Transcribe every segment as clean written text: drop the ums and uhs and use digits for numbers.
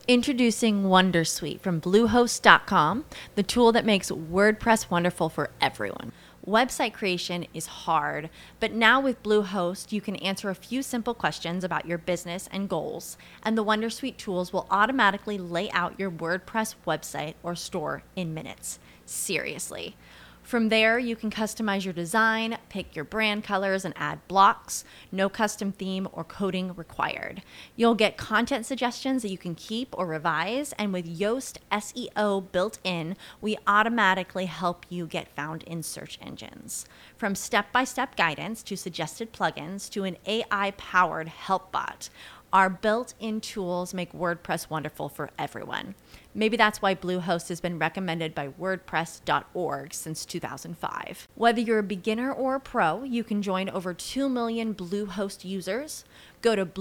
Introducing Wondersuite from Bluehost.com, the tool that makes WordPress wonderful for everyone. Website creation is hard, but now with Bluehost, you can answer a few simple questions about your business and goals, and the Wondersuite tools will automatically lay out your WordPress website or store in minutes. Seriously. From there, you can customize your design, pick your brand colors, and add blocks. No custom theme or coding required. You'll get content suggestions that you can keep or revise, and with Yoast SEO built in, we automatically help you get found in search engines. From step-by-step guidance to suggested plugins to an AI-powered help bot, our built-in tools make WordPress wonderful for everyone. Maybe that's why Bluehost has been recommended by WordPress.org since 2005. Whether you're a beginner or a pro, you can join over 2 million Bluehost users. Go to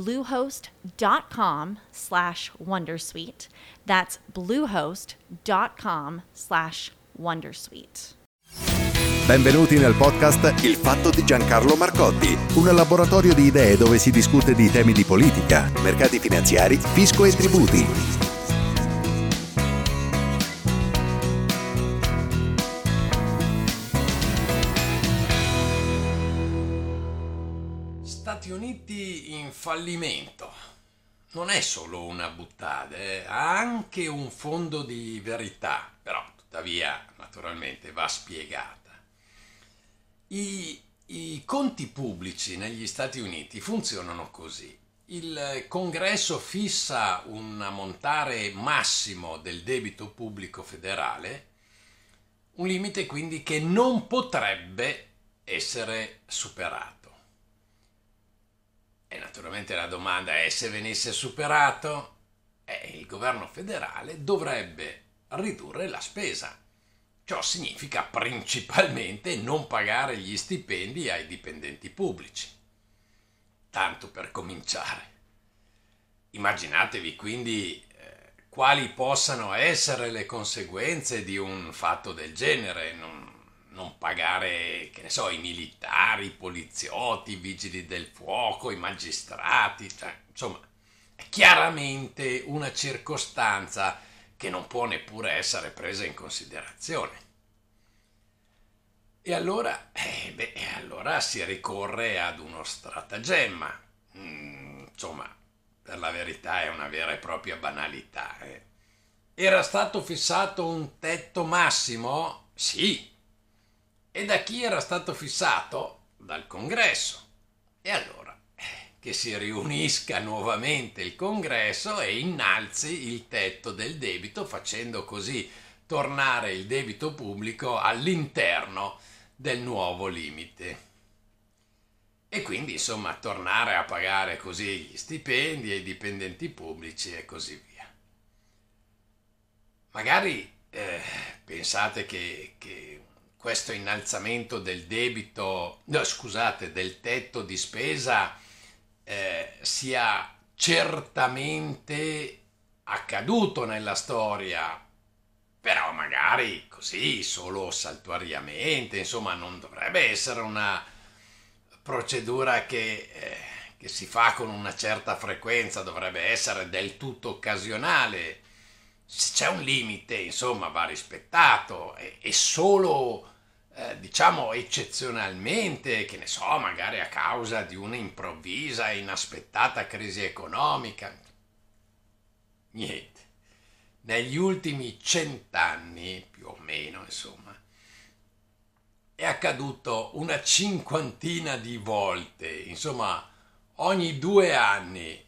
bluehost.com/wondersuite. That's bluehost.com/wondersuite. Benvenuti nel podcast Il Fatto di Giancarlo Marcotti, un laboratorio di idee dove si discute di temi di politica, mercati finanziari, fisco e tributi. Stati Uniti in fallimento. Non è solo una buttata, ha anche un fondo di verità, però tuttavia naturalmente va spiegata. I conti pubblici negli Stati Uniti funzionano così. Il Congresso fissa un ammontare massimo del debito pubblico federale, un limite quindi che non potrebbe essere superato. E naturalmente la domanda è: se venisse superato, il governo federale dovrebbe ridurre la spesa. Ciò significa principalmente non pagare gli stipendi ai dipendenti pubblici. Tanto per cominciare. Immaginatevi quindi quali possano essere le conseguenze di un fatto del genere. Non pagare, che ne so, i militari, i poliziotti, i vigili del fuoco, i magistrati, insomma, è chiaramente una circostanza che non può neppure essere presa in considerazione. E allora, allora si ricorre ad uno stratagemma. Insomma, per la verità è una vera e propria banalità. Era stato fissato un tetto massimo? Sì. E da chi era stato fissato? Dal Congresso. E allora? Che si riunisca nuovamente il Congresso e innalzi il tetto del debito, facendo così tornare il debito pubblico all'interno del nuovo limite. E quindi, insomma, tornare a pagare così gli stipendi ai dipendenti pubblici e così via. Magari pensate che questo innalzamento del debito, del tetto di spesa sia certamente accaduto nella storia, però magari così, solo saltuariamente, insomma, non dovrebbe essere una procedura che si fa con una certa frequenza, dovrebbe essere del tutto occasionale. Se c'è un limite, insomma, va rispettato e solo diciamo eccezionalmente, che ne so, magari a causa di un'improvvisa e inaspettata crisi economica. Niente. Negli ultimi 100 anni, più o meno, insomma, è accaduto una cinquantina di volte, insomma, ogni 2 anni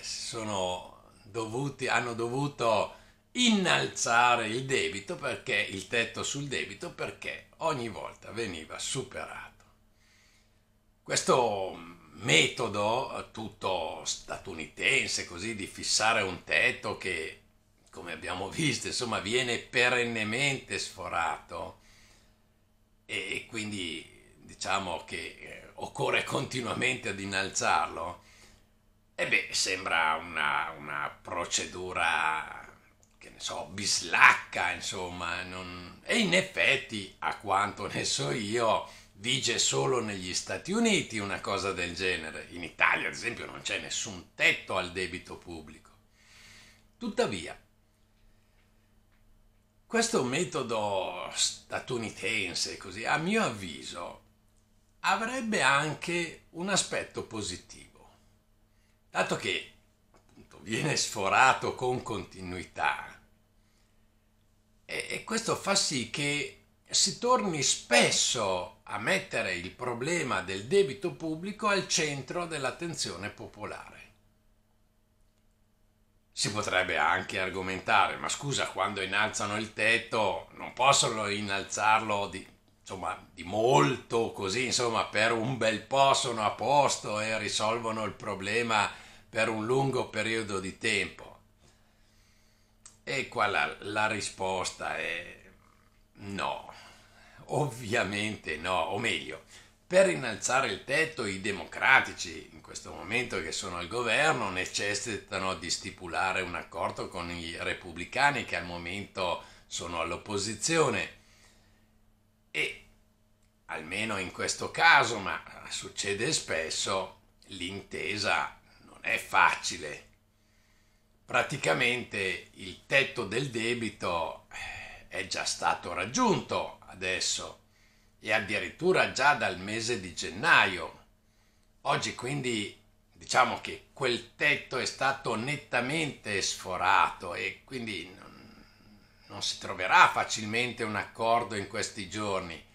hanno dovuto innalzare il debito, perché il tetto sul debito, perché ogni volta veniva superato. Questo metodo tutto statunitense, così, di fissare un tetto che, come abbiamo visto, insomma, viene perennemente sforato, e quindi diciamo che occorre continuamente ad innalzarlo, sembra una procedura, che ne so, bislacca, insomma, e in effetti, a quanto ne so io, vige solo negli Stati Uniti una cosa del genere. In Italia, ad esempio, non c'è nessun tetto al debito pubblico. Tuttavia, questo metodo statunitense, così, a mio avviso, avrebbe anche un aspetto positivo, dato che appunto viene sforato con continuità e questo fa sì che si torni spesso a mettere il problema del debito pubblico al centro dell'attenzione popolare. Si potrebbe anche argomentare, ma scusa, quando innalzano il tetto non possono innalzarlo di molto, così, insomma, per un bel po' sono a posto e risolvono il problema per un lungo periodo di tempo. E qua la risposta è no, ovviamente no, o meglio, per innalzare il tetto i democratici, in questo momento che sono al governo, necessitano di stipulare un accordo con i repubblicani che al momento sono all'opposizione. E almeno in questo caso, ma succede spesso, l'intesa non è facile. Praticamente il tetto del debito è già stato raggiunto adesso e addirittura già dal mese di gennaio. Oggi quindi diciamo che quel tetto è stato nettamente sforato e quindi non si troverà facilmente un accordo in questi giorni.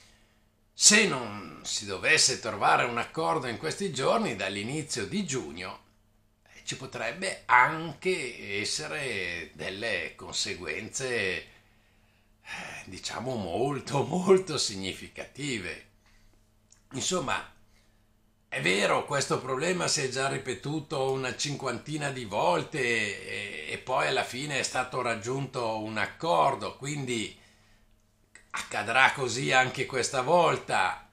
Se non si dovesse trovare un accordo in questi giorni, dall'inizio di giugno ci potrebbe anche essere delle conseguenze, diciamo, molto molto significative. Insomma, è vero, questo problema si è già ripetuto una cinquantina di volte e poi alla fine è stato raggiunto un accordo, quindi accadrà così anche questa volta.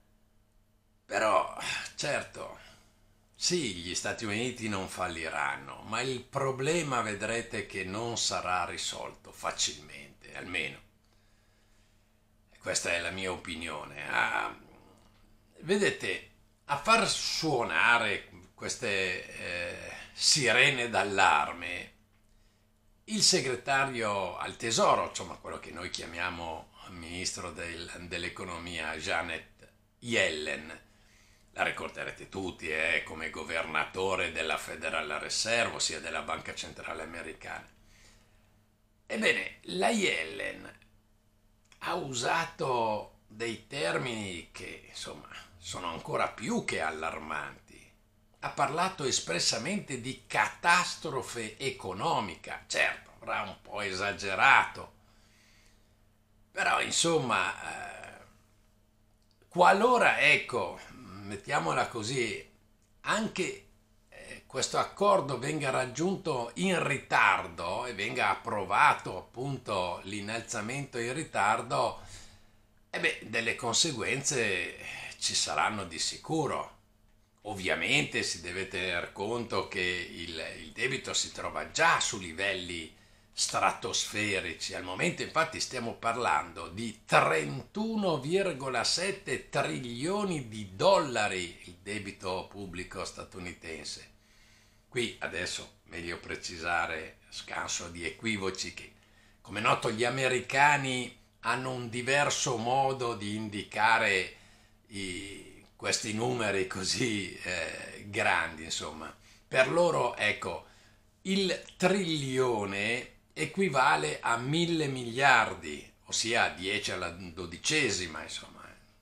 Però, certo, sì, gli Stati Uniti non falliranno, ma il problema vedrete che non sarà risolto facilmente, almeno. Questa è la mia opinione. Vedete, a far suonare queste sirene d'allarme, il segretario al Tesoro, insomma quello che noi chiamiamo ministro dell'economia, Janet Yellen, la ricorderete tutti, è come governatore della Federal Reserve, ossia della Banca Centrale Americana. Ebbene, la Yellen ha usato dei termini che, insomma, sono ancora più che allarmanti. Ha parlato espressamente di catastrofe economica, certo, avrà un po' esagerato, però, insomma, qualora, ecco, mettiamola così, anche questo accordo venga raggiunto in ritardo e venga approvato appunto l'innalzamento in ritardo, delle conseguenze ci saranno di sicuro. Ovviamente si deve tener conto che il debito si trova già su livelli stratosferici. Al momento infatti stiamo parlando di 31,7 trilioni di dollari il debito pubblico statunitense. Qui adesso meglio precisare, scanso di equivoci, che come noto gli americani hanno un diverso modo di indicare questi numeri così grandi, insomma. Per loro, ecco, il trilione equivale a 1.000 miliardi, ossia a 10 alla 12esima, insomma.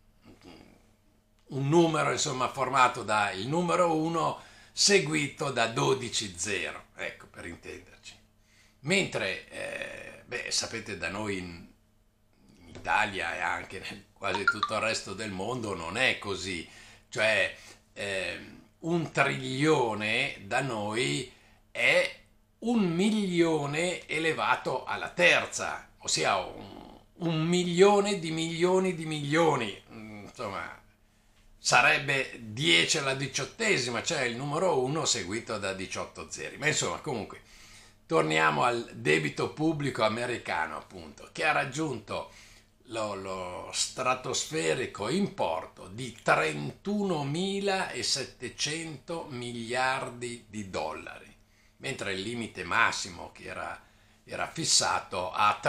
Un numero, insomma, formato da il numero 1 seguito da 12 zero, ecco, per intenderci. Mentre, sapete, da noi in Italia e anche in quasi tutto il resto del mondo non è così, cioè un trilione da noi è 1.000.000 elevato alla terza, ossia un milione di milioni di milioni, insomma sarebbe 10 alla 18esima, cioè il numero 1 seguito da 18 zeri. Ma insomma, comunque, torniamo al debito pubblico americano, appunto, che ha raggiunto lo stratosferico importo di 31.700 miliardi di dollari. mentre il limite massimo che era fissato a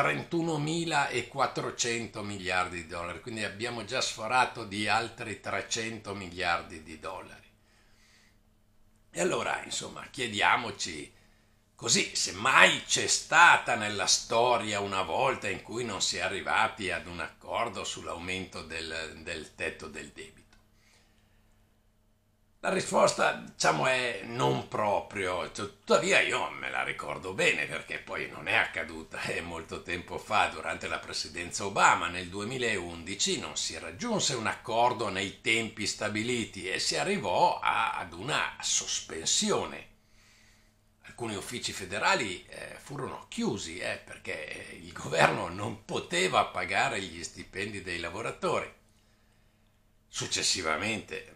31.400 miliardi di dollari, quindi abbiamo già sforato di altri 300 miliardi di dollari. E allora, insomma, chiediamoci così, se mai c'è stata nella storia una volta in cui non si è arrivati ad un accordo sull'aumento del tetto del debito. La risposta, diciamo, è non proprio, tuttavia io me la ricordo bene perché poi non è accaduta molto tempo fa, durante la presidenza Obama. Nel 2011 non si raggiunse un accordo nei tempi stabiliti e si arrivò ad una sospensione. Alcuni uffici federali furono chiusi perché il governo non poteva pagare gli stipendi dei lavoratori. Successivamente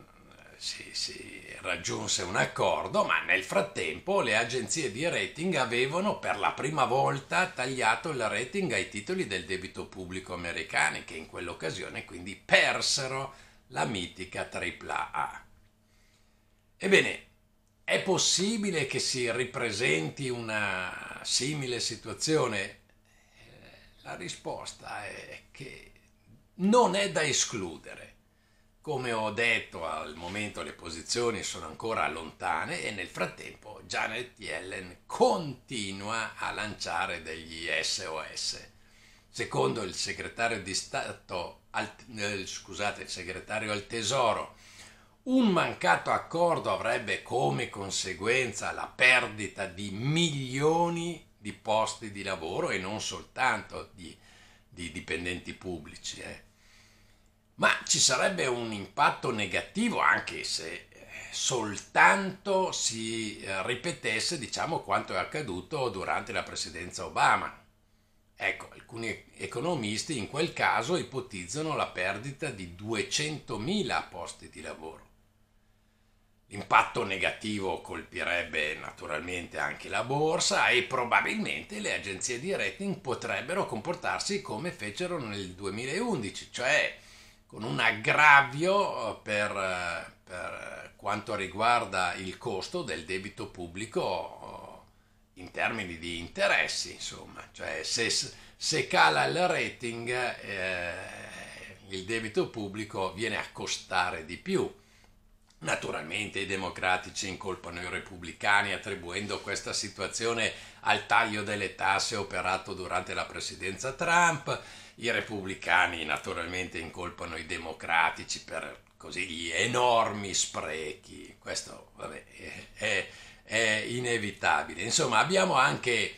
si raggiunse un accordo, ma nel frattempo le agenzie di rating avevano per la prima volta tagliato il rating ai titoli del debito pubblico americani, che in quell'occasione quindi persero la mitica AAA. Ebbene, è possibile che si ripresenti una simile situazione? La risposta è che non è da escludere. Come ho detto, al momento le posizioni sono ancora lontane e nel frattempo Janet Yellen continua a lanciare degli SOS. Secondo il segretario di Stato, il segretario al Tesoro, un mancato accordo avrebbe come conseguenza la perdita di milioni di posti di lavoro e non soltanto di dipendenti pubblici. Ma ci sarebbe un impatto negativo anche se soltanto si ripetesse, diciamo, quanto è accaduto durante la presidenza Obama. Ecco, alcuni economisti in quel caso ipotizzano la perdita di 200.000 posti di lavoro. L'impatto negativo colpirebbe naturalmente anche la borsa e probabilmente le agenzie di rating potrebbero comportarsi come fecero nel 2011, cioè con un aggravio per quanto riguarda il costo del debito pubblico in termini di interessi, insomma. Cioè se cala il rating il debito pubblico viene a costare di più. Naturalmente i democratici incolpano i repubblicani attribuendo questa situazione al taglio delle tasse operato durante la presidenza Trump. I repubblicani naturalmente incolpano i democratici per così gli enormi sprechi. Questo è inevitabile. Insomma, abbiamo anche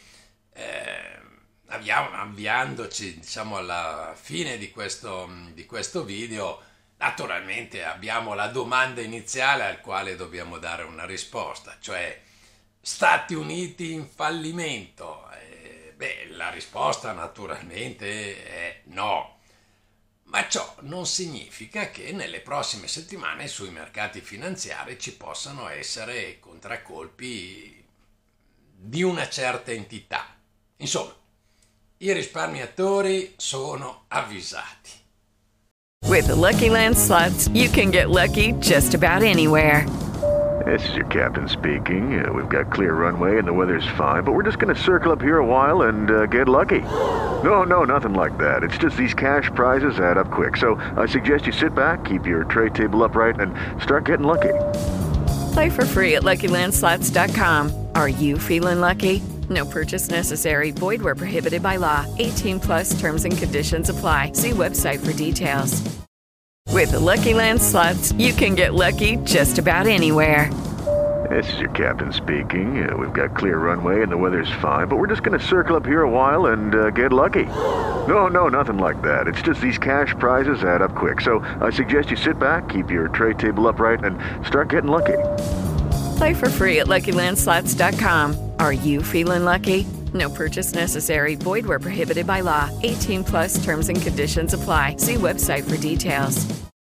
avviandoci, diciamo, alla fine di questo video, naturalmente abbiamo la domanda iniziale al quale dobbiamo dare una risposta, cioè Stati Uniti in fallimento. La risposta naturalmente è no, ma ciò non significa che nelle prossime settimane sui mercati finanziari ci possano essere contraccolpi di una certa entità. Insomma, i risparmiatori sono avvisati. With the Lucky Land Slots, you can get lucky just about anywhere. This is your captain speaking. We've got clear runway and the weather's fine, but we're just going to circle up here a while and get lucky. No, nothing like that. It's just these cash prizes add up quick. So I suggest you sit back, keep your tray table upright, and start getting lucky. Play for free at LuckyLandSlots.com. Are you feeling lucky? No purchase necessary. Void where prohibited by law. 18 plus terms and conditions apply. See website for details. With the Lucky Land Slots, you can get lucky just about anywhere. This is your captain speaking. We've got clear runway and the weather's fine, but we're just going to circle up here a while and get lucky. No, nothing like that. It's just these cash prizes add up quick. So I suggest you sit back, keep your tray table upright, and start getting lucky. Play for free at LuckyLandSlots.com. Are you feeling lucky? No purchase necessary. Void where prohibited by law. 18 plus terms and conditions apply. See website for details.